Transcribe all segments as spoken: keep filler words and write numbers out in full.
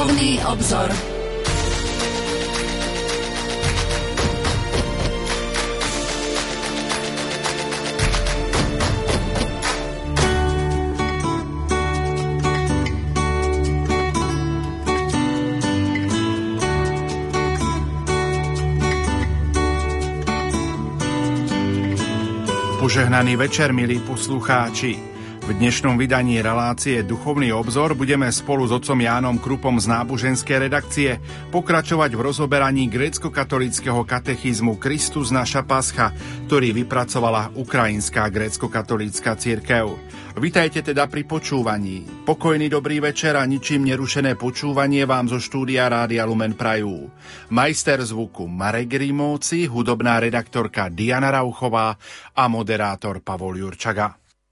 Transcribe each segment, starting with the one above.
Duchovný obzor. Požehnaný večer, milí poslucháči. V dnešnom vydaní relácie Duchovný obzor budeme spolu s otcom Jánom Krupom z náboženskej redakcie pokračovať v rozoberaní grécko-katolíckeho katechizmu Kristus naša Pascha, ktorý vypracovala ukrajinská grécko-katolícka cirkev. Vitajte teda pri počúvaní. Pokojný dobrý večer a ničím nerušené počúvanie vám zo štúdia Rádia Lumen prajú majster zvuku Marek Rimóci, hudobná redaktorka Diana Rauchová a moderátor Pavol Jurčaga.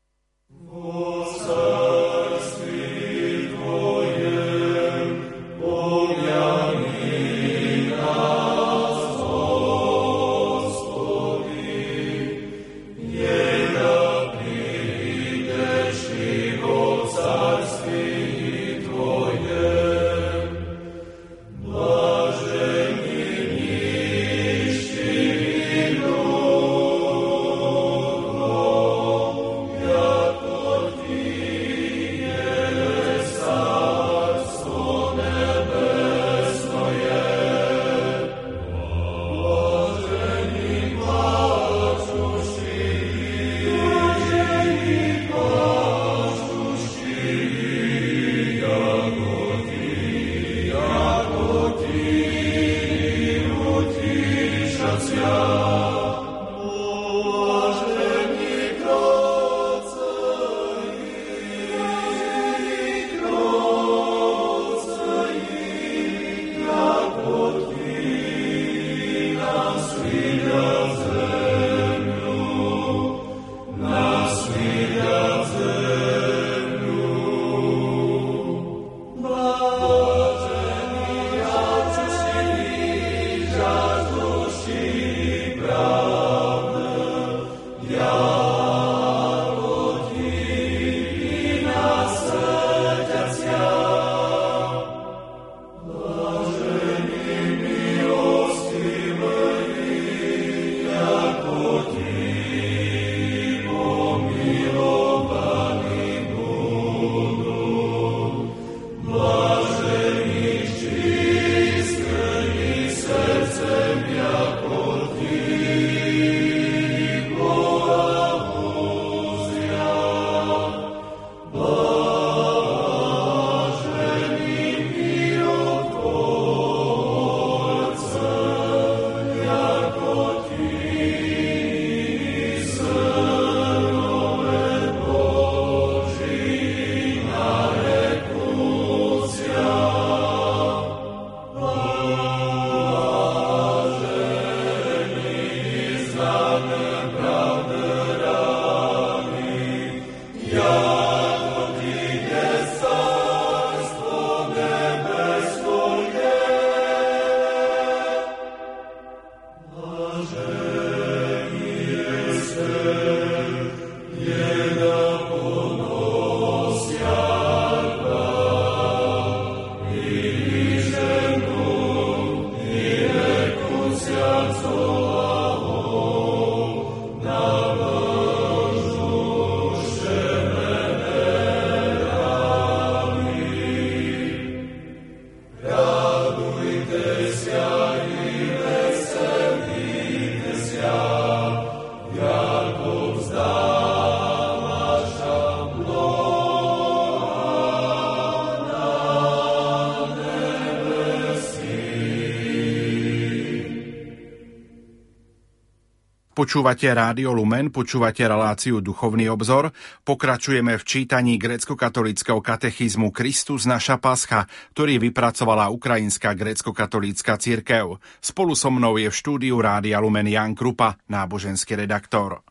Počúvate Rádio Lumen, počúvate reláciu Duchovný obzor. Pokračujeme v čítaní grécko-katolíckeho katechizmu Kristus naša Pascha, ktorý vypracovala ukrajinská grécko-katolícka cirkev. Spolu so mnou je v štúdiu Rádia Lumen Ján Krupa, náboženský redaktor.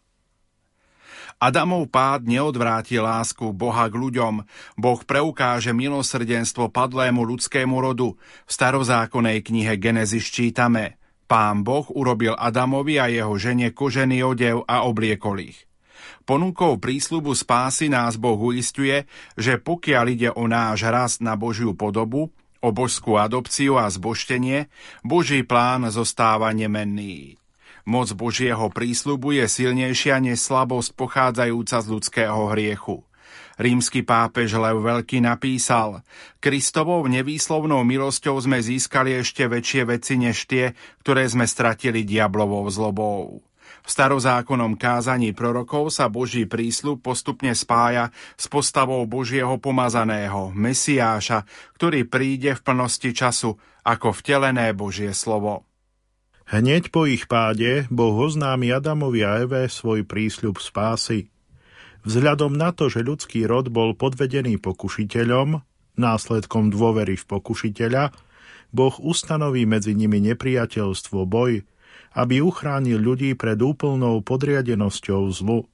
Adamov pád neodvráti lásku Boha k ľuďom. Boh preukáže milosrdenstvo padlému ľudskému rodu. V starozákonnej knihe Genesis čítame: Pán Boh urobil Adamovi a jeho žene kožený odev a obliekol ich. Ponukou prísľubu spásy nás Boh uisťuje, že pokiaľ ide o náš rast na Božiu podobu, O božskú adopciu a zbožtenie Boží plán zostáva nemenný. Moc Božieho prísľubu je silnejšia než slabosť pochádzajúca z ľudského hriechu. Rímsky pápež Lev Veľký napísal: Kristovou nevýslovnou milosťou sme získali ešte väčšie veci než tie, ktoré sme stratili diablovou zlobou. V starozákonnom kázaní prorokov sa Boží prísľub postupne spája s postavou Božieho pomazaného, Mesiáša, ktorý príde v plnosti času ako vtelené Božie slovo. Hneď po ich páde Boh oznámi Adamovi a Eve svoj prísľub spásy. Vzhľadom na to, že ľudský rod bol podvedený pokušiteľom, následkom dôvery v pokušiteľa, Boh ustanoví medzi nimi nepriateľstvo, boj, aby uchránil ľudí pred úplnou podriadenosťou zlu.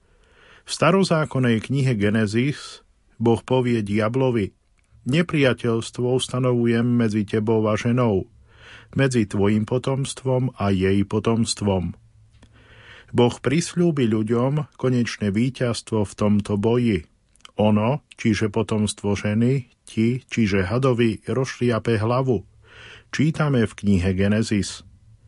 V starozákonnej knihe Genesis Boh povie diablovi: Nepriateľstvo ustanovujem medzi tebou a ženou, medzi tvojim potomstvom a jej potomstvom. Boh prisľúbi ľuďom konečné víťazstvo v tomto boji. Ono, čiže potomstvo ženy, ti, čiže hadovi, rozšliape hlavu. Čítame v knihe Genesis.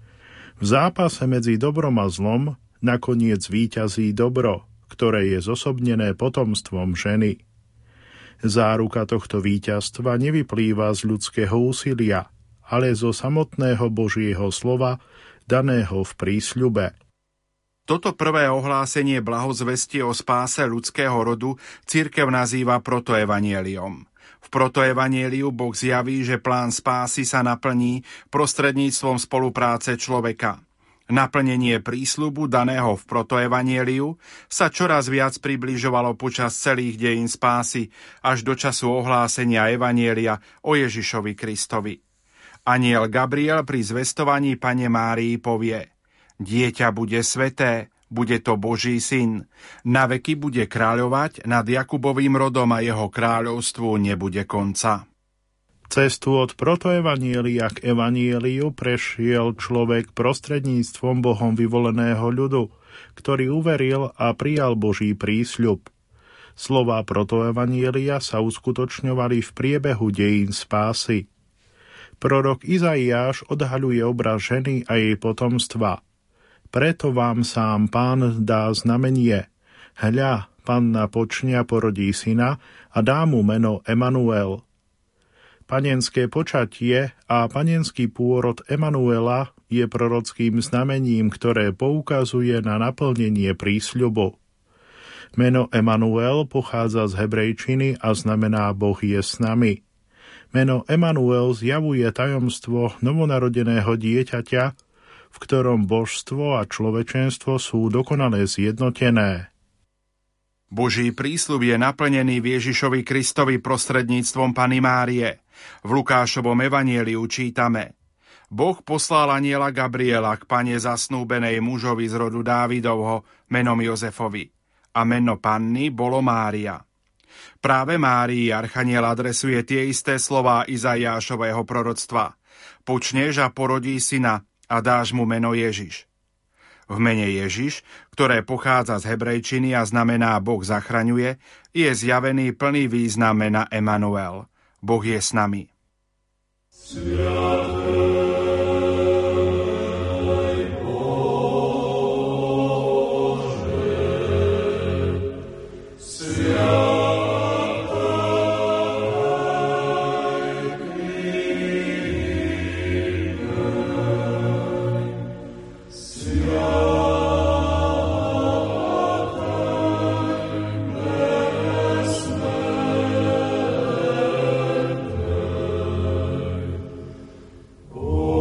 V zápase medzi dobrom a zlom nakoniec víťazí dobro, ktoré je zosobnené potomstvom ženy. Záruka tohto víťazstva nevyplýva z ľudského úsilia, ale zo samotného Božieho slova, daného v prísľube. Toto prvé ohlásenie blahozvesti o spáse ľudského rodu cirkev nazýva protoevanieliom. V protoevanieliu Boh zjaví, že plán spásy sa naplní prostredníctvom spolupráce človeka. Naplnenie prísľubu daného v protoevanieliu sa čoraz viac približovalo počas celých dejín spásy až do času ohlásenia evanielia o Ježišovi Kristovi. Anjel Gabriel pri zvestovaní Panne Márii povie: Dieťa bude sveté, bude to Boží syn, na veky bude kráľovať nad Jakubovým rodom a jeho kráľovstvu nebude konca. Cestu od protoevanielia k evanieliu prešiel človek prostredníctvom Bohom vyvoleného ľudu, ktorý uveril a prijal Boží prísľub. Slová protoevanielia sa uskutočňovali v priebehu dejín spásy. Prorok Izaiáš odhaľuje obraz ženy a jej potomstva. Preto vám sám Pán dá znamenie. Hľa, panna počne a porodí syna a dá mu meno Emanuel. Panenské počatie a panenský pôrod Emanuela je prorockým znamením, ktoré poukazuje na naplnenie prísľubu. Meno Emanuel pochádza z hebrejčiny a znamená Boh je s nami. Meno Emanuel zjavuje tajomstvo novonarodeného dieťaťa, v ktorom božstvo a človečenstvo sú dokonale zjednotené. Boží prísľub je naplnený v Ježišovi Kristovi prostredníctvom Panny Márie. V Lukášovom evanieliu čítame: Boh poslal anjela Gabriela k Panne zasnúbenej mužovi z rodu Dávidovho menom Jozefovi. A meno Panny bolo Mária. Práve Márii archaniel adresuje tie isté slová Izaiášového proroctva. Počneš a porodí syna a dáš mu meno Ježiš. V mene Ježiš, ktoré pochádza z hebrejčiny a znamená Boh zachraňuje, je zjavený plný význam mena Emanuel. Boh je s nami. Oh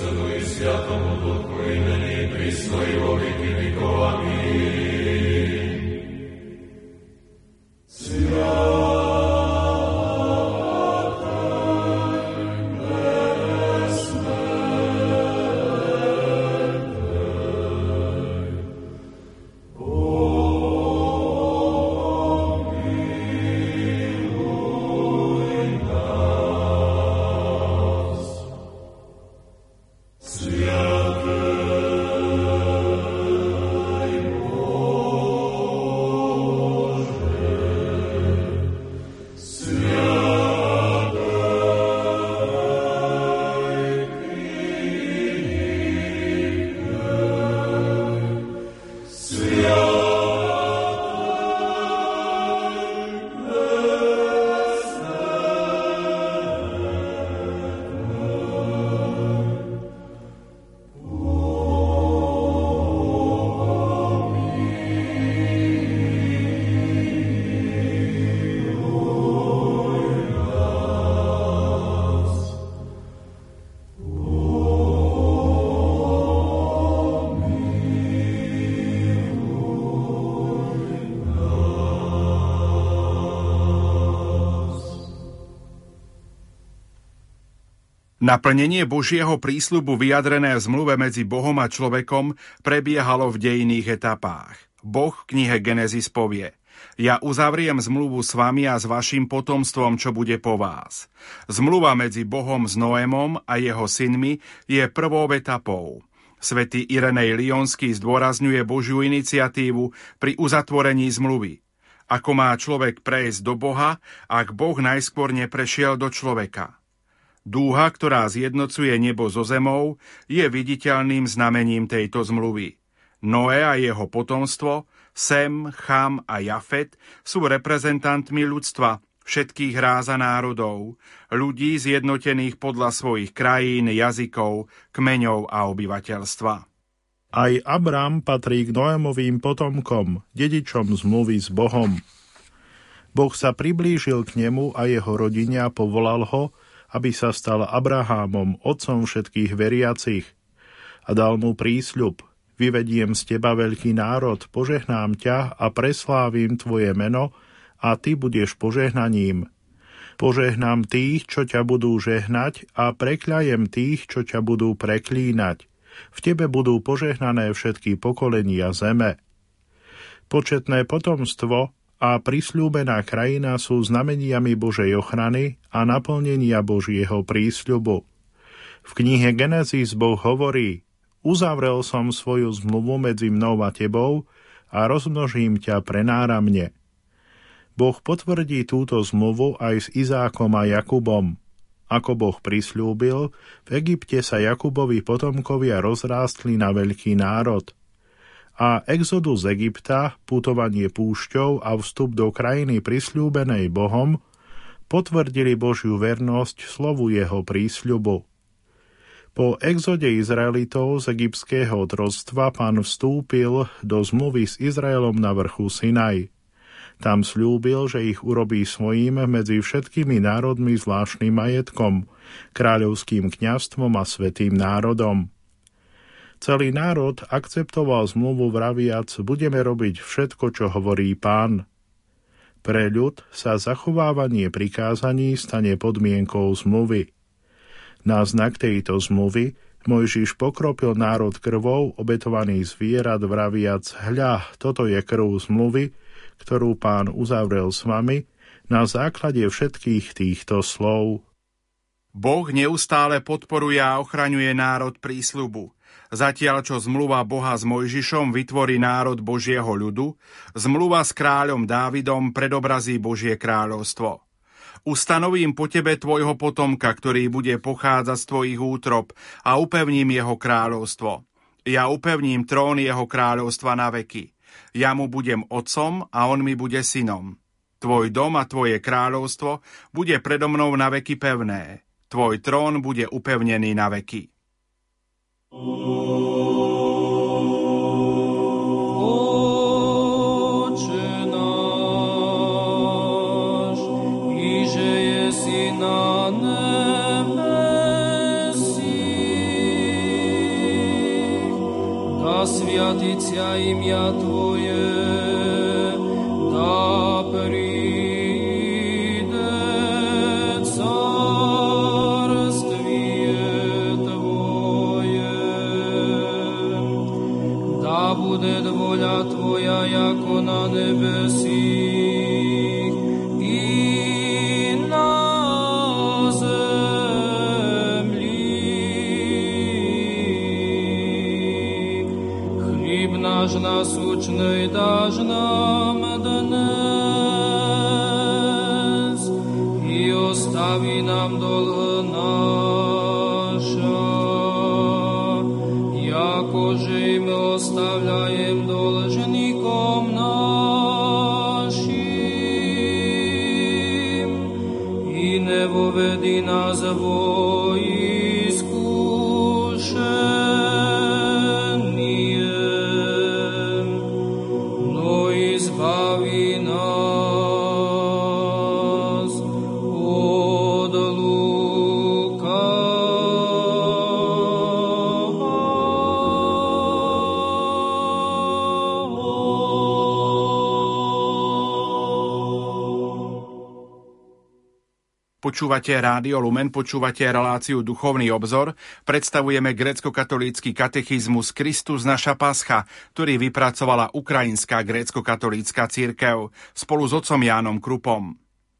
Naplnenie Božieho prísľubu vyjadrené v zmluve medzi Bohom a človekom prebiehalo v dejinných etapách. Boh v knihe Genesis povie: Ja uzavriem zmluvu s vami a s vašim potomstvom, čo bude po vás. Zmluva medzi Bohom s Noémom a jeho synmi je prvou etapou. Svätý Irenej Lyonský zdôrazňuje Božiu iniciatívu pri uzatvorení zmluvy. Ako má človek prejsť do Boha, ak Boh najskôr neprešiel do človeka. Dúha, ktorá zjednocuje nebo so zemou, je viditeľným znamením tejto zmluvy. Noé a jeho potomstvo, Sem, Cham a Jafet, sú reprezentantmi ľudstva, všetkých ráz a národov, ľudí zjednotených podľa svojich krajín, jazykov, kmeňov a obyvateľstva. Aj Abram patrí k Noémovým potomkom, dedičom zmluvy s Bohom. Boh sa priblížil k nemu a jeho rodine a povolal ho, aby sa stal Abrahámom, otcom všetkých veriacich, a dal mu prísľub: Vyvediem z teba veľký národ, požehnám ťa a preslávim tvoje meno, a ty budeš požehnaním. Požehnám tých, čo ťa budú žehnať, a prekľajem tých, čo ťa budú preklínať. V tebe budú požehnané všetky pokolenia zeme. Početné potomstvo a prisľúbená krajina sú znameniami Božej ochrany a naplnenia Božieho prísľubu. V knihe Genesis Boh hovorí: Uzavrel som svoju zmluvu medzi mnou a tebou a rozmnožím ťa prenáramne. Boh potvrdí túto zmluvu aj s Izákom a Jakubom. Ako Boh prisľúbil, v Egypte sa Jakubovi potomkovia rozrástli na veľký národ. A exodus z Egypta, putovanie púšťou a vstup do krajiny prisľúbenej Bohom potvrdili Božiu vernosť slovu jeho prísľubu. Po exode Izraelitov z egyptského otroctva Pán vstúpil do zmluvy s Izraelom na vrchu Sinaj. Tam sľúbil, že ich urobí svojím medzi všetkými národmi zvláštnym majetkom, kráľovským kňazstvom a svätým národom. Celý národ akceptoval zmluvu vraviac: budeme robiť všetko, čo hovorí Pán. Pre ľud sa zachovávanie prikázaní stane podmienkou zmluvy. Na znak tejto zmluvy Mojžiš pokropil národ krvou obetovaných zvierat vraviac: hľa, toto je krv zmluvy, ktorú Pán uzavrel s vami na základe všetkých týchto slov. Boh neustále podporuje a ochraňuje národ prísľubu. Zatiaľ, čo zmluva Boha s Mojžišom vytvorí národ Božieho ľudu, zmluva s kráľom Dávidom predobrazí Božie kráľovstvo. Ustanovím po tebe tvojho potomka, ktorý bude pochádzať z tvojich útrob, a upevním jeho kráľovstvo. Ja upevním trón jeho kráľovstva na veky. Ja mu budem otcom a on mi bude synom. Tvoj dom a tvoje kráľovstvo bude predo mnou na veky pevné. Tvoj trón bude upevnený na veky. Na nebesi, Zasviaticia imia Tvoje, da príde carstvie Tvoje, da bude voľa Tvoja jako na nebesích i na náš nasúčnej dáš nám dnes i ostaví nám dlh náša, jakože im ostavľajem dlžníkom našim i nevovedi nás vo Počúvate Rádio Lumen, počúvate reláciu Duchovný obzor. Predstavujeme grécko-katolícky katechizmus Kristus naša Pascha, ktorý vypracovala Ukrajinská grécko-katolícka cirkev spolu s otcom Jánom Krupom.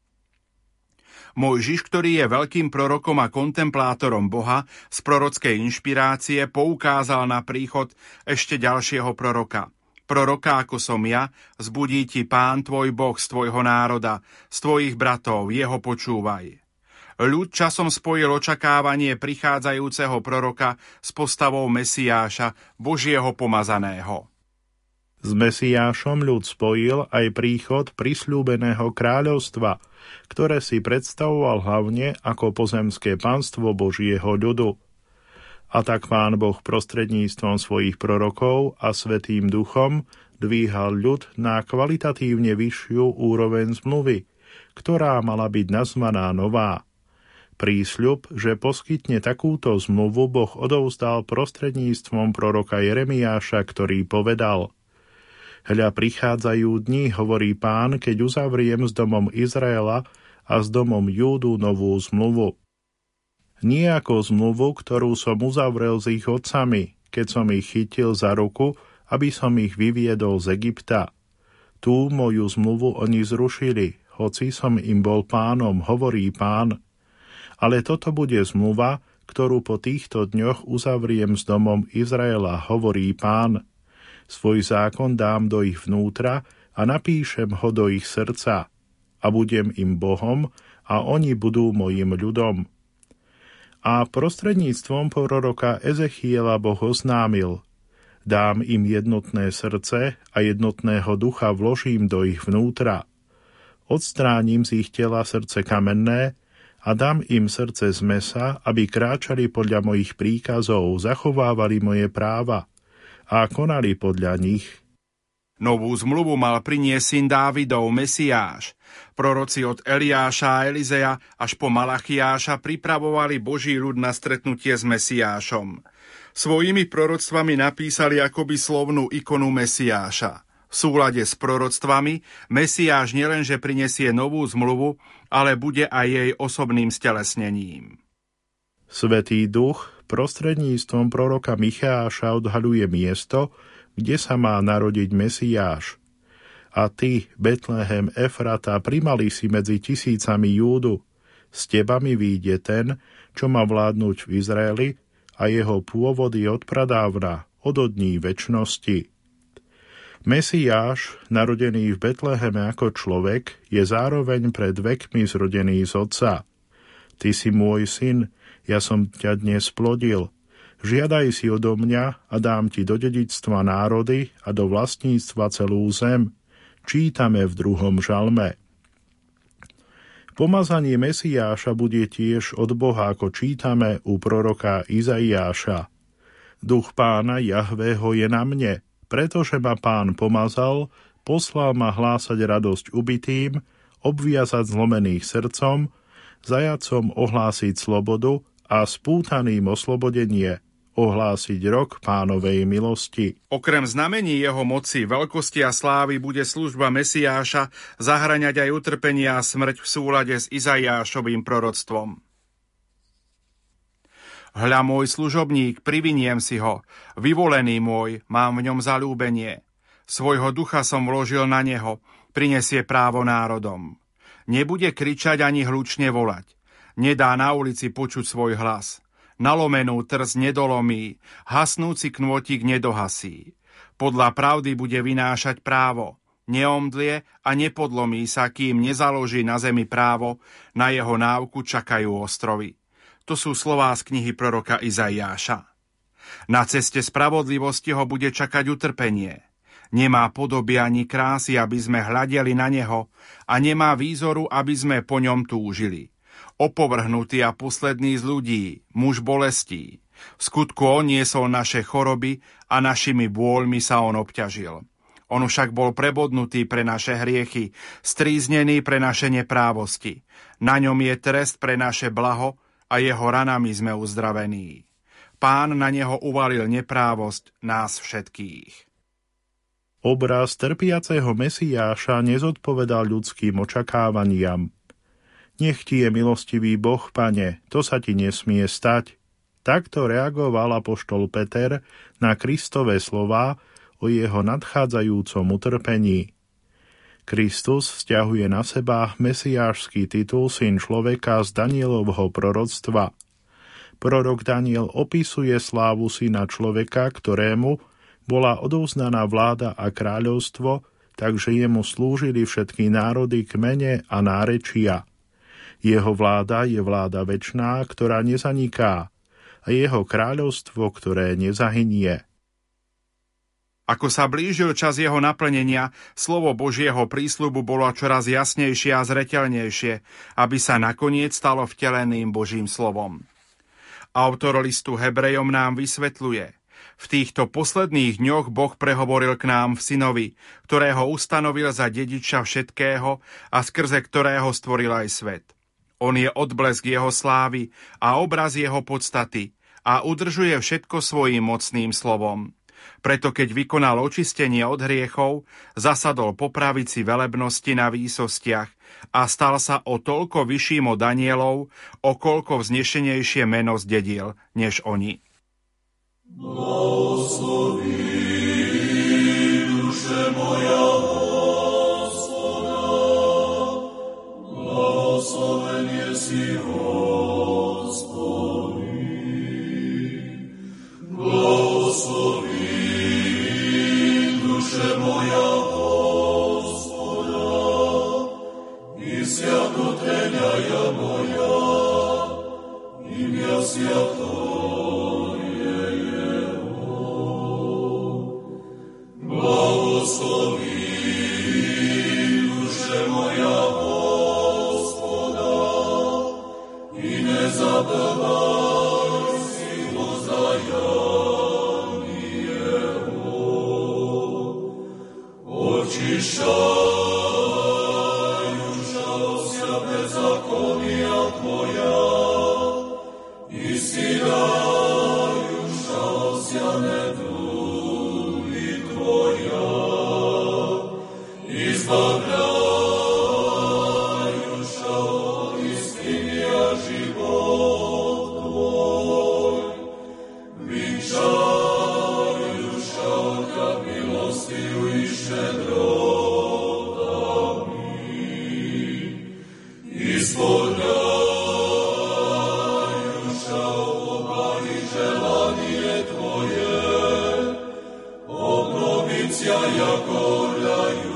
Mojžiš, ktorý je veľkým prorokom a kontemplátorom Boha, z prorockej inšpirácie poukázal na príchod ešte ďalšieho proroka. Proroka, ako som ja, zbudí ti Pán tvoj Boh z tvojho národa, z tvojich bratov, jeho počúvaj. Ľud časom spojil očakávanie prichádzajúceho proroka s postavou Mesiáša, Božieho pomazaného. S Mesiášom ľud spojil aj príchod prisľúbeného kráľovstva, ktoré si predstavoval hlavne ako pozemské panstvo Božieho ľudu. A tak Pán Boh prostredníctvom svojich prorokov a Svätým Duchom dvíhal ľud na kvalitatívne vyššiu úroveň zmluvy, ktorá mala byť nazvaná nová. Prísľub, že poskytne takúto zmluvu, Boh odovzdal prostredníctvom proroka Jeremiáša, ktorý povedal: Hľa, prichádzajú dni, hovorí Pán, keď uzavriem s domom Izraela a s domom Júdu novú zmluvu. Nie ako zmluvu, ktorú som uzavrel s ich otcami, keď som ich chytil za ruku, aby som ich vyviedol z Egypta. Tú moju zmluvu oni zrušili, hoci som im bol pánom, hovorí Pán. Ale toto bude zmluva, ktorú po týchto dňoch uzavriem s domom Izraela, hovorí Pán. Svoj zákon dám do ich vnútra a napíšem ho do ich srdca. A budem im Bohom a oni budú mojim ľudom. A prostredníctvom proroka Ezechiela Boh oznámil: Dám im jednotné srdce a jednotného ducha vložím do ich vnútra. Odstránim z ich tela srdce kamenné a dám im srdce z mesa, aby kráčali podľa mojich príkazov, zachovávali moje práva a konali podľa nich. Novú zmluvu mal priniesť syn Dávidov, Mesiáš. Proroci od Eliáša a Elizeja až po Malachiáša pripravovali Boží ľud na stretnutie s Mesiášom. Svojimi proroctvami napísali akoby slovnú ikonu Mesiáša. V súlade s proroctvami Mesiáš nielenže prinesie novú zmluvu, ale bude aj jej osobným stelesnením. Svätý Duch prostredníctvom proroka Micháša odhaľuje miesto, kde sa má narodiť Mesiáš. A ty, Betlehem Efrata, primali si medzi tisícami Júdu. S teba mi výjde ten, čo má vládnuť v Izraeli, a jeho pôvod je od pradávna, od dní večnosti. Mesiáš, narodený v Betleheme ako človek, je zároveň pred vekmi zrodený z Otca. Ty si môj syn, ja som ťa dnes plodil. Žiadaj si odo mňa a dám ti do dedičstva národy a do vlastníctva celú zem. Čítame v druhom žalme. Pomazanie Mesiáša bude tiež od Boha, ako čítame u proroka Izaiáša. Duch Pána Jahvého je na mne, pretože ma Pán pomazal, poslal ma hlásať radosť ubitým, obviazať zlomených srdcom, zajatcom ohlásiť slobodu a spútaným oslobodenie, ohlásiť rok Pánovej milosti. Okrem znamení jeho moci, veľkosti a slávy bude služba Mesiáša zahŕňať aj utrpenie a smrť v súlade s Izaiášovým proroctvom. Hľa môj služobník, priviniem si ho, vyvolený môj, mám v ňom zaľúbenie. Svojho ducha som vložil na neho, prinesie právo národom. Nebude kričať ani hlučne volať. Nedá na ulici počuť svoj hlas. Nalomenú trs nedolomí, hasnúci knôtik nedohasí. Podľa pravdy bude vynášať právo. Neomdlie a nepodlomí sa, kým nezaloží na zemi právo, na jeho návku čakajú ostrovy. To sú slová z knihy proroka Izaiáša. Na ceste spravodlivosti ho bude čakať utrpenie. Nemá podoby ani krásy, aby sme hľadeli na neho, a nemá výzoru, aby sme po ňom túžili. Opovrhnutý a posledný z ľudí, muž bolestí. V skutku on niesol naše choroby a našimi bôľmi sa on obťažil. On však bol prebodnutý pre naše hriechy, stríznený pre naše neprávosti. Na ňom je trest pre naše blaho a jeho ranami sme uzdravení. Pán na neho uvalil neprávosť nás všetkých. Obraz trpiaceho Mesiáša nezodpovedal ľudským očakávaniam. Nech ti je milostivý Boh, Pane, to sa ti nesmie stať. Takto reagoval apoštol Peter na Kristove slová o jeho nadchádzajúcom utrpení. Kristus vzťahuje na seba mesiášsky titul syn človeka z Danielovho proroctva. Prorok Daniel opisuje slávu syna človeka, ktorému bola odovzdaná vláda a kráľovstvo, takže jemu slúžili všetky národy, kmene a nárečia. Jeho vláda je vláda večná, ktorá nezaniká, a jeho kráľovstvo, ktoré nezahynie. Ako sa blížil čas jeho naplnenia, slovo Božieho prísľubu bolo čoraz jasnejšie a zreteľnejšie, aby sa nakoniec stalo vteleným Božím slovom. Autor listu Hebrejom nám vysvetľuje: v týchto posledných dňoch Boh prehovoril k nám v synovi, ktorého ustanovil za dediča všetkého a skrze ktorého stvoril aj svet. On je odblesk jeho slávy a obraz jeho podstaty a udržuje všetko svojím mocným slovom. Preto keď vykonal očistenie od hriechov, zasadol po pravici velebnosti na výsostiach a stal sa o toľko vyšším od anielov, o koľko vznešenejšie meno zdedil, než oni. Blahosloví duše moja Hospoda, blahosloven je si Hospodin. Blahosloví duše moja Hospoda, i sviatoteľaja moja, imia sviato. Blahosloví duše moja Hospoda, i nezabávaj si vozajami jeho. Očišťaj duša bezakonia tvoja, i si daj duša nedúli tvoja. Izbavľaj duša istiny a život tvoj. Vynčaj duša ťa milostiu i štedrotami. Izbavľaj duša oblahy želanie tvoje. Obnoviť ťa jako ľajú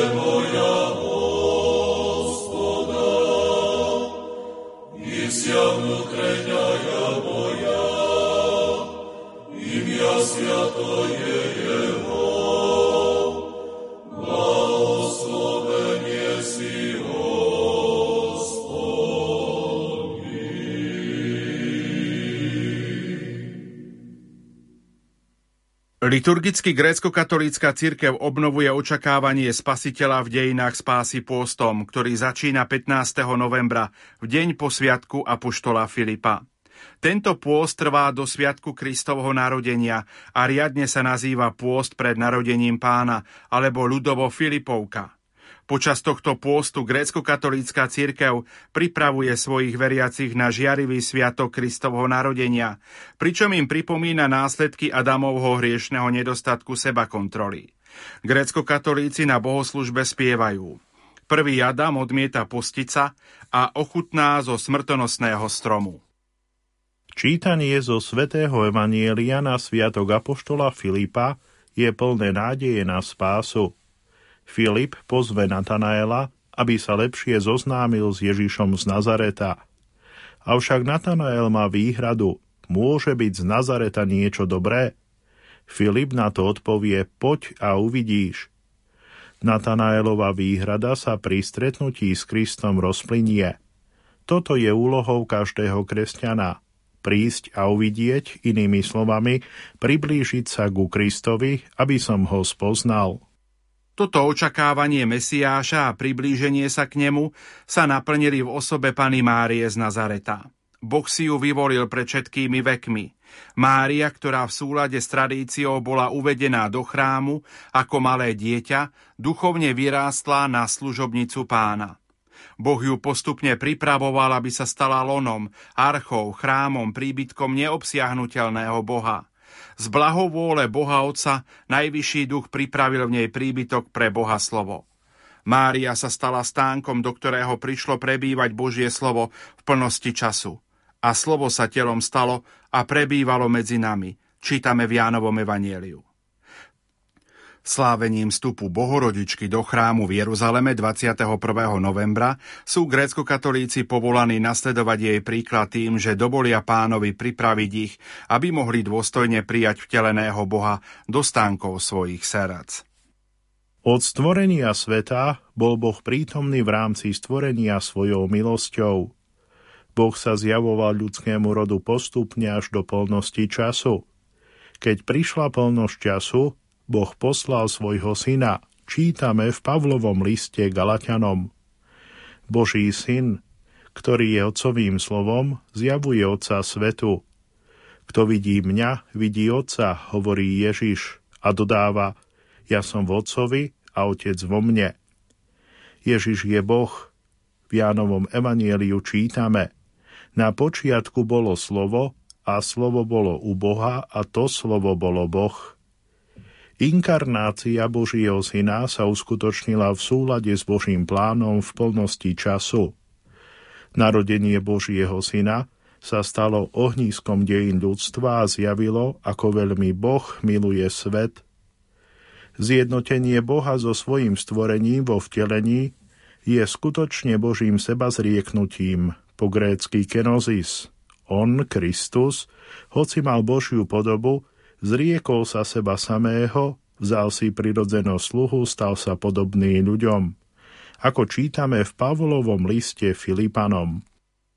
Sia Liturgicky grécko-katolícka cirkev obnovuje očakávanie spasiteľa v dejinách spásy pôstom, ktorý začína pätnásteho novembra, v deň po sviatku apoštola Filipa. Tento pôst trvá do sviatku Kristovho narodenia a riadne sa nazýva pôst pred narodením Pána, alebo ľudovo Filipovka. Počas tohto pôstu grécko-katolícka cirkev pripravuje svojich veriacich na žiarivý sviatok Kristovho narodenia, pričom im pripomína následky Adamovho hriešneho nedostatku sebakontroly. Grécko-katolíci na bohoslužbe spievajú: Prvý Adam odmieta postiť sa a ochutná zo smrtonosného stromu. Čítanie zo svätého Evanjelia na sviatok apoštola Filipa je plné nádeje na spásu. Filip pozve Natanaela, aby sa lepšie zoznámil s Ježišom z Nazareta. Avšak Natanael má výhradu: môže byť z Nazareta niečo dobré? Filip na to odpovie: poď a uvidíš. Natanaelova výhrada sa pri stretnutí s Kristom rozplynie. Toto je úlohou každého kresťana. Prísť a uvidieť, inými slovami, priblížiť sa ku Kristovi, aby som ho spoznal. Toto očakávanie Mesiáša a priblíženie sa k nemu sa naplnili v osobe Panny Márie z Nazareta. Boh si ju vyvolil pred všetkými vekmi. Mária, ktorá v súlade s tradíciou bola uvedená do chrámu ako malé dieťa, duchovne vyrástla na služobnicu Pána. Boh ju postupne pripravoval, aby sa stala lonom, archou, chrámom, príbytkom neobsiahnuteľného Boha. Z blahovôle Boha Otca Najvyšší duch pripravil v nej príbytok pre Boha slovo. Mária sa stala stánkom, do ktorého prišlo prebývať Božie slovo v plnosti času. A slovo sa telom stalo a prebývalo medzi nami. Čítame v Jánovom evanjeliu. Slávením vstupu Bohorodičky do chrámu v Jeruzaleme dvadsiateho prvého novembra sú gréckokatolíci povolaní nasledovať jej príklad tým, že dovolia Pánovi pripraviť ich, aby mohli dôstojne prijať vteleného Boha do stánkov svojich srdc. Od stvorenia sveta bol Boh prítomný v rámci stvorenia svojou milosťou. Boh sa zjavoval ľudskému rodu postupne až do plnosti času. Keď prišla plnosť času, Boh poslal svojho syna, čítame v Pavlovom liste Galatianom. Boží syn, ktorý je otcovým slovom, zjavuje Otca svetu. Kto vidí mňa, vidí Otca, hovorí Ježiš a dodáva: ja som v Otcovi a Otec vo mne. Ježiš je Boh. V Jánovom evanjeliu čítame: na počiatku bolo slovo a slovo bolo u Boha a to slovo bolo Boh. Inkarnácia Božieho syna sa uskutočnila v súlade s Božím plánom v plnosti času. Narodenie Božieho syna sa stalo ohniskom dejín ľudstva a zjavilo, ako veľmi Boh miluje svet. Zjednotenie Boha so svojím stvorením vo vtelení je skutočne Božím sebazrieknutím, po grécky kenosis. On, Kristus, hoci mal Božiu podobu, zriekol sa seba samého, vzal si prirodzenú sluhu, stal sa podobný ľuďom. Ako čítame v Pavlovom liste Filipanom.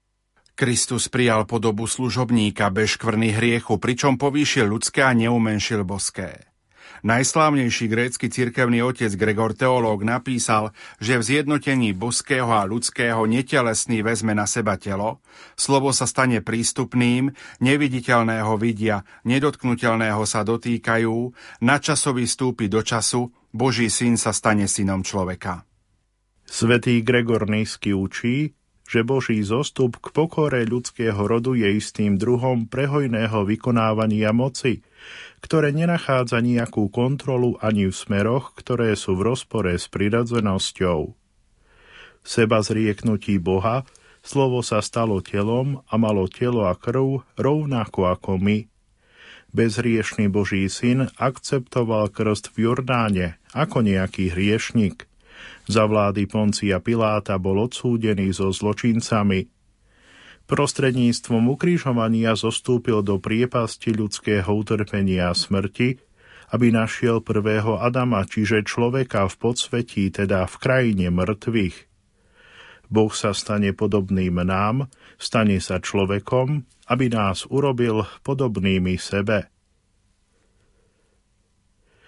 Kristus prijal podobu služobníka bez škvrny hriechu, pričom povýšil ľudské a neumenšil boské. Najslávnejší grécky cirkevný otec Gregor Teológ napísal, že v zjednotení boského a ľudského netelesný vezme na seba telo, slovo sa stane prístupným, neviditeľného vidia, nedotknuteľného sa dotýkajú, nadčasový vstúpi do času, Boží syn sa stane synom človeka. Svätý Gregor Nysky učí, že Boží zostup k pokore ľudského rodu je istým druhom prehojného vykonávania moci, ktoré nenachádza nejakú kontrolu ani v smeroch, ktoré sú v rozpore s prirodzenosťou. V seba zrieknutí Boha slovo sa stalo telom a malo telo a krv rovnako ako my. Bezhriešny Boží syn akceptoval krst v Jordáne ako nejaký hriešnik. Za vlády Poncia Piláta bol odsúdený so zločincami. Prostredníctvom ukrižovania zostúpil do priepasti ľudského utrpenia a smrti, aby našiel prvého Adama, čiže človeka v podsvetí, teda v krajine mŕtvych. Boh sa stane podobným nám, stane sa človekom, aby nás urobil podobnými sebe.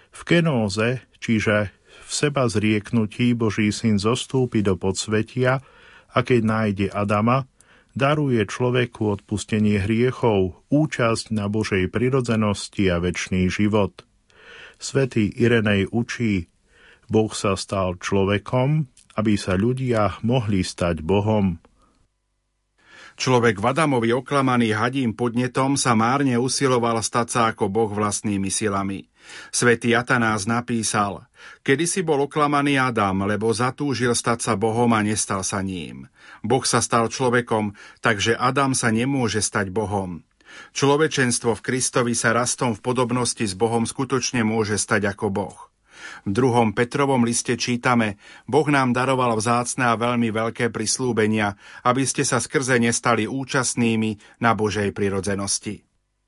V kenóze, čiže v seba zrieknutí, Boží syn zostúpi do podsvetia a keď nájde Adama, daruje človeku odpustenie hriechov, účasť na Božej prirodzenosti a večný život. Svätý Irenej učí, Boh sa stal človekom, aby sa ľudia mohli stať Bohom. Človek v Adamovi oklamaný hadím podnetom sa márne usiloval stať sa ako Boh vlastnými silami. Svätý Atanás napísal: kedysi bol oklamaný Adam, lebo zatúžil stať sa Bohom a nestal sa ním. Boh sa stal človekom, takže Adam sa nemôže stať Bohom. Človečenstvo v Kristovi sa rastom v podobnosti s Bohom skutočne môže stať ako Boh. V druhom Petrovom liste čítame: Boh nám daroval vzácne a veľmi veľké prisľúbenia, aby ste sa skrze ne stali účastnými na Božej prirodzenosti.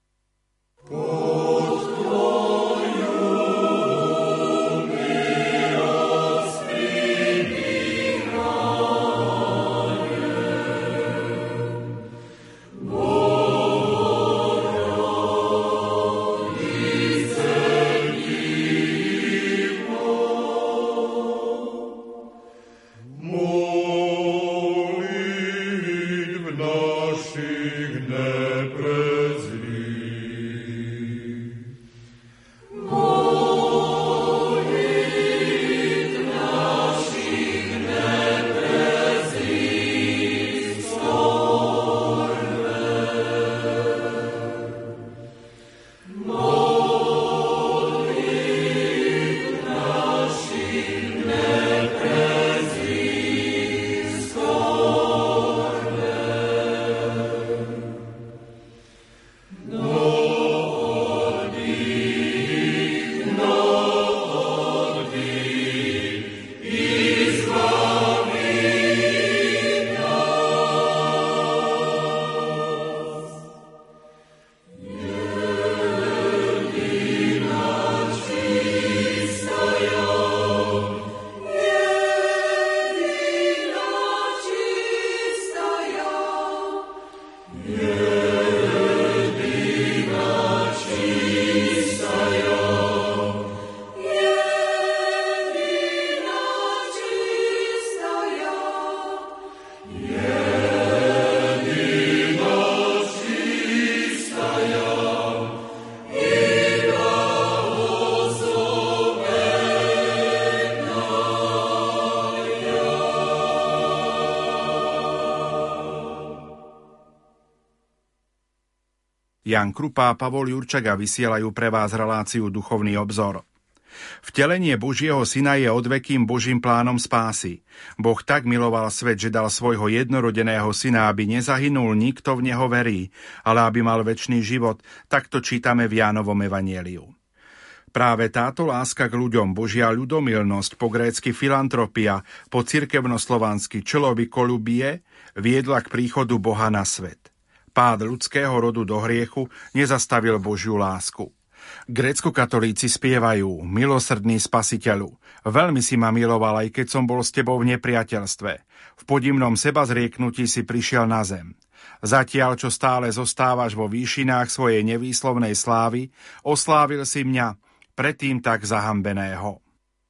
Jan Krupa a Pavol Jurčaga vysielajú pre vás reláciu Duchovný obzor. Vtelenie Božieho syna je odvekým Božím plánom spásy. Boh tak miloval svet, že dal svojho jednorodeného syna, aby nezahynul nikto v neho verí, ale aby mal večný život, takto čítame v Jánovom evanjeliu. Práve táto láska k ľuďom, Božia ľudomilnosť, po grécky filantropia, po cirkevnoslovansky človekolubie, viedla k príchodu Boha na svet. Pád ľudského rodu do hriechu nezastavil Božiu lásku. Gréckokatolíci spievajú: milosrdný Spasiteľu, veľmi si ma miloval, aj keď som bol s tebou v nepriateľstve. V podivnom sebazrieknutí si prišiel na zem. Zatiaľ, čo stále zostávaš vo výšinách svojej nevýslovnej slávy, oslávil si mňa, predtým tak zahambeného.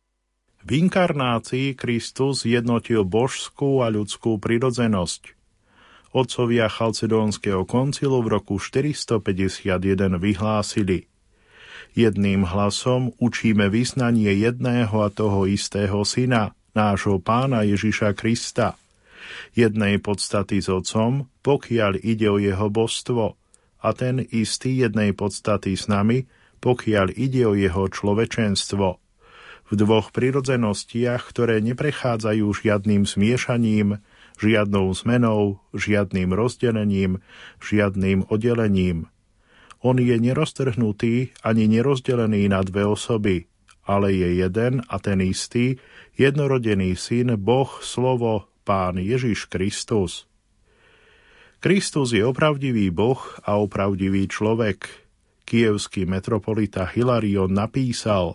V inkarnácii Kristus jednotil božskú a ľudskú prirodzenosť. Otcovia Chalcedónskeho koncilu v roku štyristopäťdesiatjeden vyhlásili: jedným hlasom učíme vyznanie jedného a toho istého syna, nášho Pána Ježiša Krista, jednej podstaty s Otcom, pokiaľ ide o jeho božstvo, a ten istý jednej podstaty s nami, pokiaľ ide o jeho človečenstvo. V dvoch prirodzenostiach, ktoré neprechádzajú žiadnym zmiešaním, žiadnou zmenou, žiadnym rozdelením, žiadnym oddelením. On je neroztrhnutý ani nerozdelený na dve osoby, ale je jeden a ten istý, jednorodený syn, Boh, slovo, Pán Ježiš Kristus. Kristus je opravdivý Boh a opravdivý človek. Kyjevský metropolita Hilarion napísal: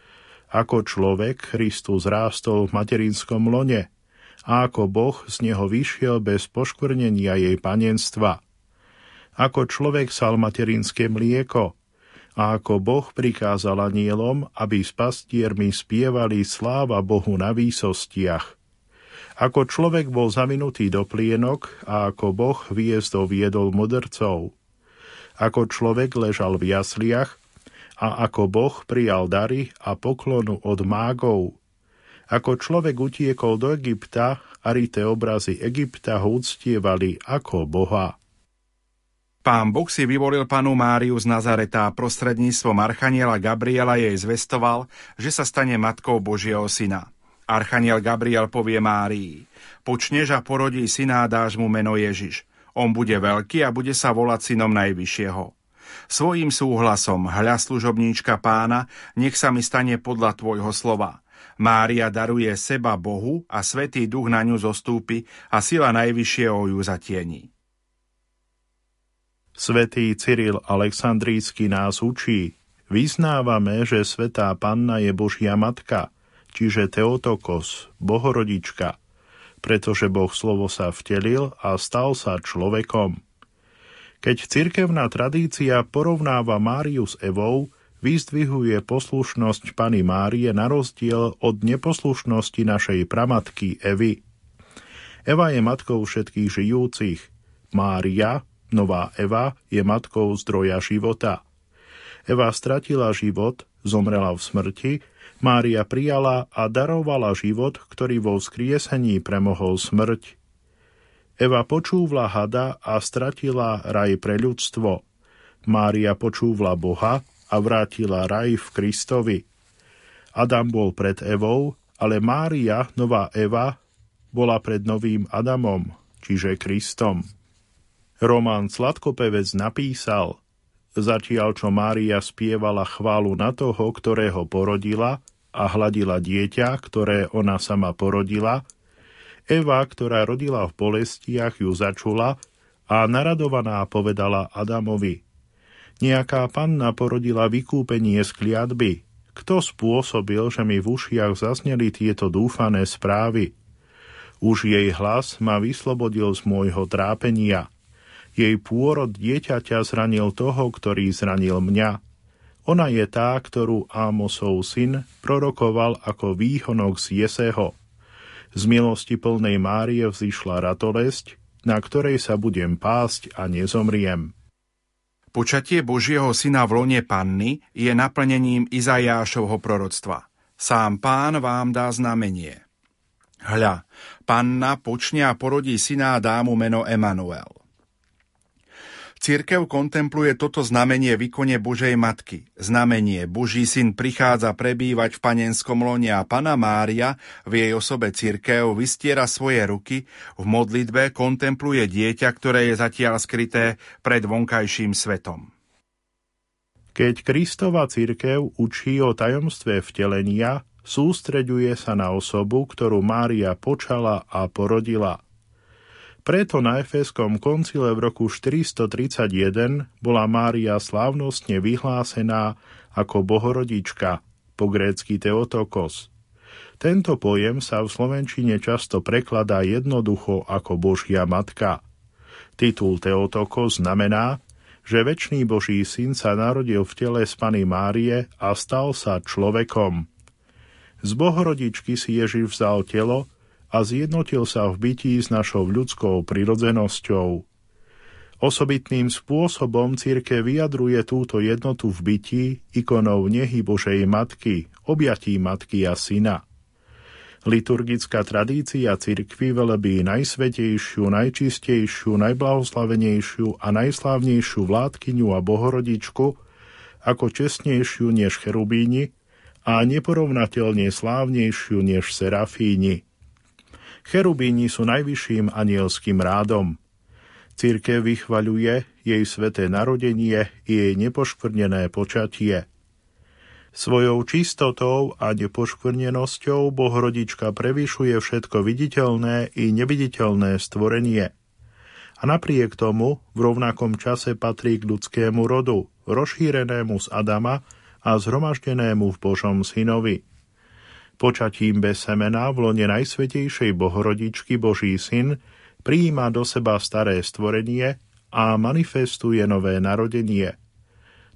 ako človek Kristus rástol v materinskom lone, a ako Boh z neho vyšiel bez poškvrnenia jej panenstva. Ako človek sal materinské mlieko, A ako Boh prikázal anielom, aby s pastiermi spievali sláva Bohu na výsostiach. Ako človek bol zavinutý do plienok a ako Boh výjezdov viedol mudrcov. Ako človek ležal v jasliach a ako Boh prijal dary a poklonu od mágov. Ako človek utiekol do Egypta a rité obrazy Egypta ho uctievali ako Boha. Pán Boh si vyvolil panu Máriu z Nazareta a prostredníctvom archaniela Gabriela jej zvestoval, že sa stane matkou Božieho syna. Archaniel Gabriel povie Márii: počneš a porodí syna a dáš mu meno Ježiš. On bude veľký a bude sa volať synom Najvyššieho. Svojím súhlasom, hľa služobníčka Pána, nech sa mi stane podľa tvojho slova. Mária daruje seba Bohu a Svätý Duch na ňu zostúpi a sila Najvyššieho ju zatieni. Svätý Cyril Alexandrijský nás učí: vyznávame, že Svätá Panna je Božia matka, čiže Theotokos, Bohorodička, pretože Boh slovo sa vtelil a stal sa človekom. Keď cirkevná tradícia porovnáva Máriu s Evou, vyzdvihuje poslušnosť Panny Márie na rozdiel od neposlušnosti našej pramatky Evy. Eva je matkou všetkých žijúcich. Mária, nová Eva, je matkou zdroja života. Eva stratila život, zomrela v smrti, Mária prijala a darovala život, ktorý vo vzkriesení premohol smrť. Eva počúvla hada a stratila raj pre ľudstvo. Mária počúvla Boha a vrátila raj v Kristovi. Adam bol pred Evou, ale Mária, nová Eva, bola pred novým Adamom, čiže Kristom. Roman Sladkopevec napísal: zatiaľ čo Mária spievala chválu na toho, ktorého porodila, a hladila dieťa, ktoré ona sama porodila, Eva, ktorá rodila v bolestiach, ju začula a naradovaná povedala Adamovi: nejaká panna porodila vykúpenie z kliatby. Kto spôsobil, že mi v ušiach zazneli tieto dúfané správy? Už jej hlas ma vyslobodil z môjho trápenia. Jej pôrod dieťaťa zranil toho, ktorý zranil mňa. Ona je tá, ktorú Ámosov syn prorokoval ako výhonok z Jeseho. Z milosti plnej Márie vzišla ratolesť, na ktorej sa budem pásť a nezomriem. Počatie Božieho syna v lone panny je naplnením Izajášovho proroctva. Sám Pán vám dá znamenie. Hľa, panna počne a porodí syna a dá mu meno Emanuel. Cirkev kontempluje toto znamenie v ikone Božej Matky. Znamenie Boží syn prichádza prebývať v panenskom lone a Panna Mária v jej osobe cirkev vystiera svoje ruky, v modlitbe kontempluje dieťa, ktoré je zatiaľ skryté pred vonkajším svetom. Keď Kristova cirkev učí o tajomstve vtelenia, sústreďuje sa na osobu, ktorú Mária počala a porodila. Preto na Efeskom koncile v roku štyristotridsaťjeden bola Mária slávnostne vyhlásená ako Bohorodička, po grécky Theotokos. Tento pojem sa v slovenčine často prekladá jednoducho ako Božia matka. Titul Theotokos znamená, že večný Boží syn sa narodil v tele z Panny Márie a stal sa človekom. Z Bohorodičky si Ježiš vzal telo a zjednotil sa v bytí s našou ľudskou prirodzenosťou. Osobitným spôsobom cirkev vyjadruje túto jednotu v bytí ikonou nehy Božej Matky, objatí Matky a Syna. Liturgická tradícia cirkvi velebí najsvätejšiu, najčistejšiu, najblahoslavenejšiu a najslávnejšiu vládkyňu a Bohorodičku ako čestnejšiu než cherubíni a neporovnateľne slávnejšiu než serafíni. Cherubíni sú najvyšším anielským rádom. Cirkev vychvaľuje jej sväté narodenie i jej nepoškvrnené počatie. Svojou čistotou a nepoškvrnenosťou Bohorodička prevyšuje všetko viditeľné i neviditeľné stvorenie. A napriek tomu v rovnakom čase patrí k ľudskému rodu, rozšírenému z Adama a zhromaždenému v Božom synovi. Počatím bez semena v lone Najsvätejšej Bohorodičky Boží syn prijíma do seba staré stvorenie a manifestuje nové narodenie.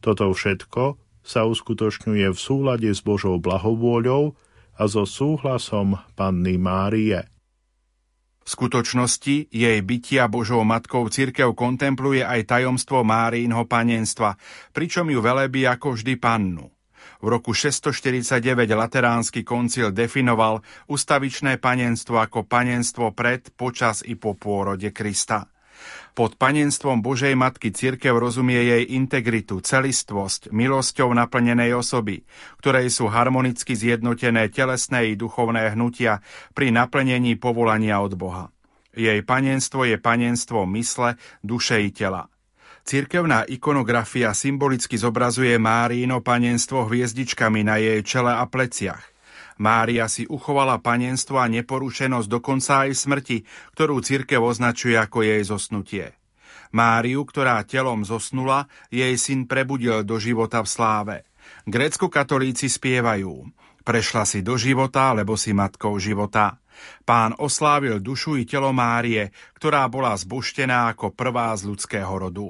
Toto všetko sa uskutočňuje v súlade s Božou blahovôľou a so súhlasom Panny Márie. V skutočnosti jej bytia Božou matkou cirkev kontempluje aj tajomstvo Márínho panenstva, pričom ju velebí ako vždy pannu. V roku šesťstoštyridsaťdeväť Lateránsky koncil definoval ustavičné panenstvo ako panenstvo pred, počas i po pôrode Krista. Pod panenstvom Božej matky cirkev rozumie jej integritu, celistvosť, milosťou naplnenej osoby, ktorej sú harmonicky zjednotené telesné i duchovné hnutia pri naplnení povolania od Boha. Jej panenstvo je panenstvo mysle, duše i tela. Cirkevná ikonografia symbolicky zobrazuje Márino panenstvo hviezdičkami na jej čele a pleciach. Mária si uchovala panenstvo a neporušenosť dokonca aj smrti, ktorú cirkev označuje ako jej zosnutie. Máriu, ktorá telom zosnula, jej syn prebudil do života v sláve. Gréckokatolíci spievajú: Prešla si do života, lebo si matkou života. Pán oslávil dušu i telo Márie, ktorá bola zbožtená ako prvá z ľudského rodu.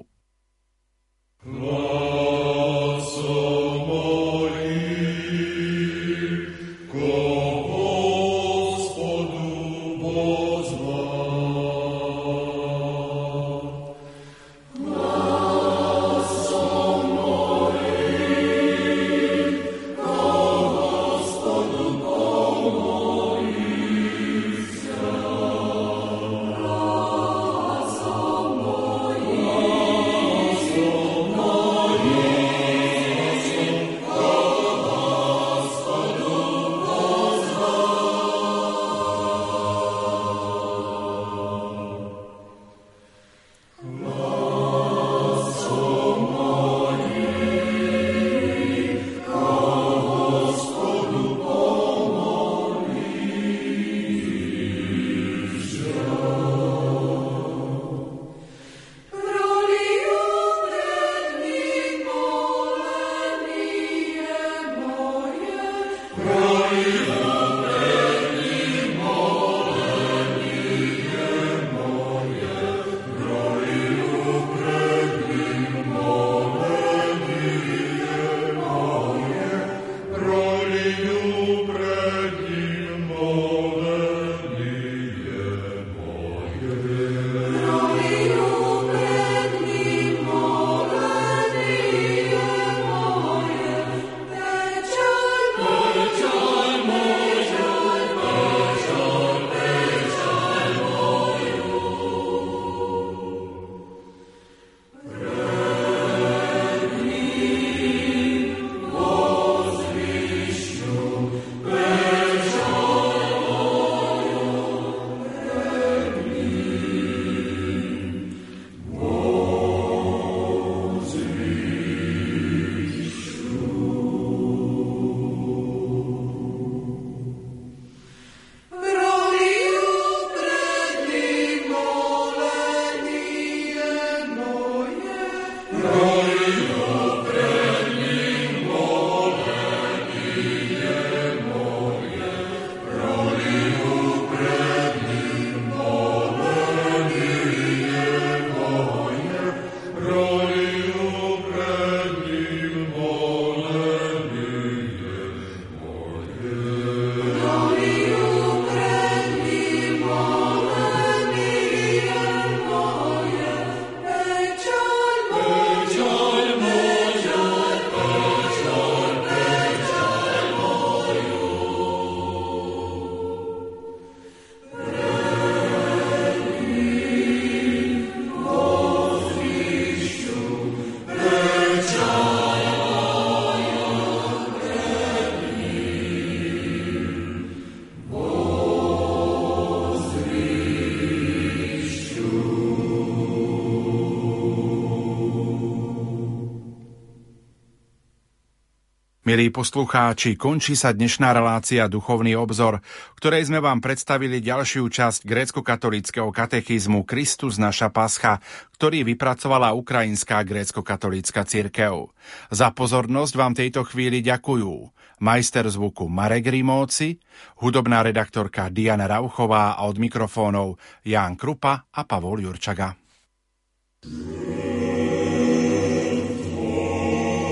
Milí poslucháči, končí sa dnešná relácia Duchovný obzor, v ktorej sme vám predstavili ďalšiu časť gréckokatolíckeho katechizmu Kristus naša Pascha, ktorý vypracovala ukrajinská gréckokatolícka cirkev. Za pozornosť vám tejto chvíli ďakujú majster zvuku Marek Rimóci, hudobná redaktorka Diana Rauchová a od mikrofónov Ján Krupa a Pavol Jurčaga.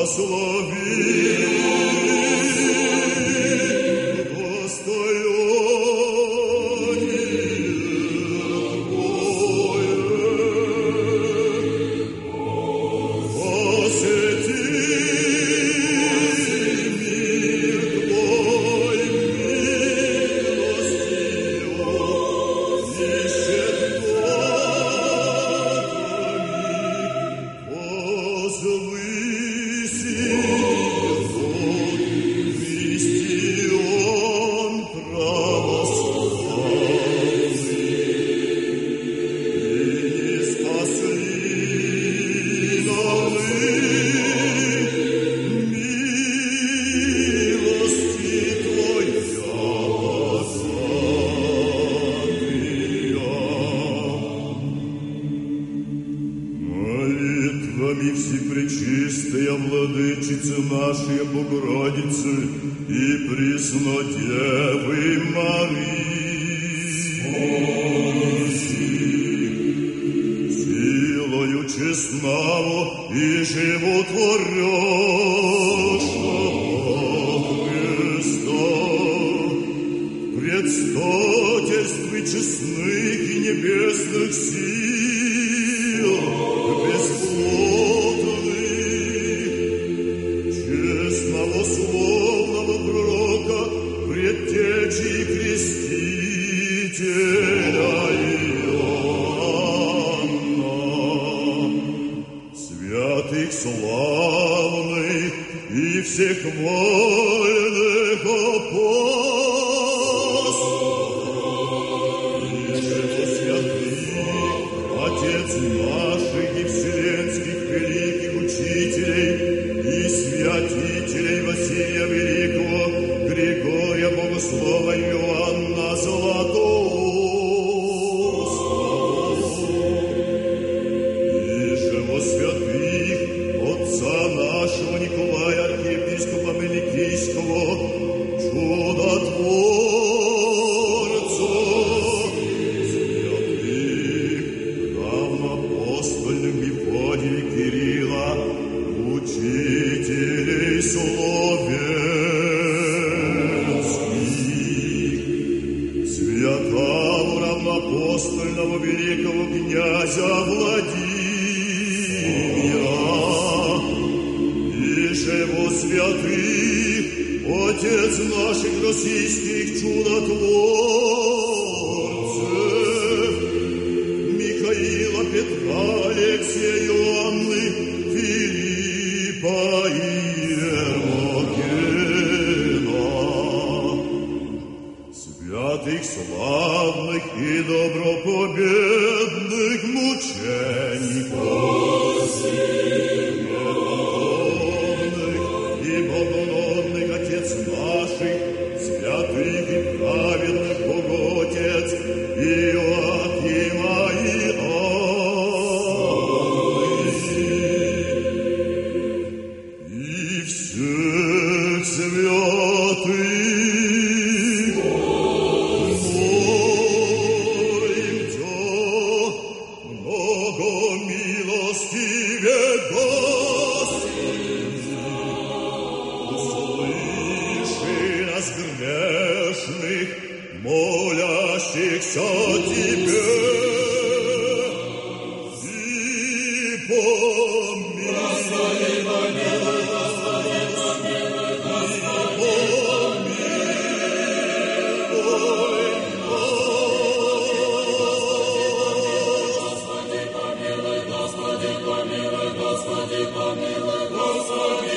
Господи, помилуй, Господи,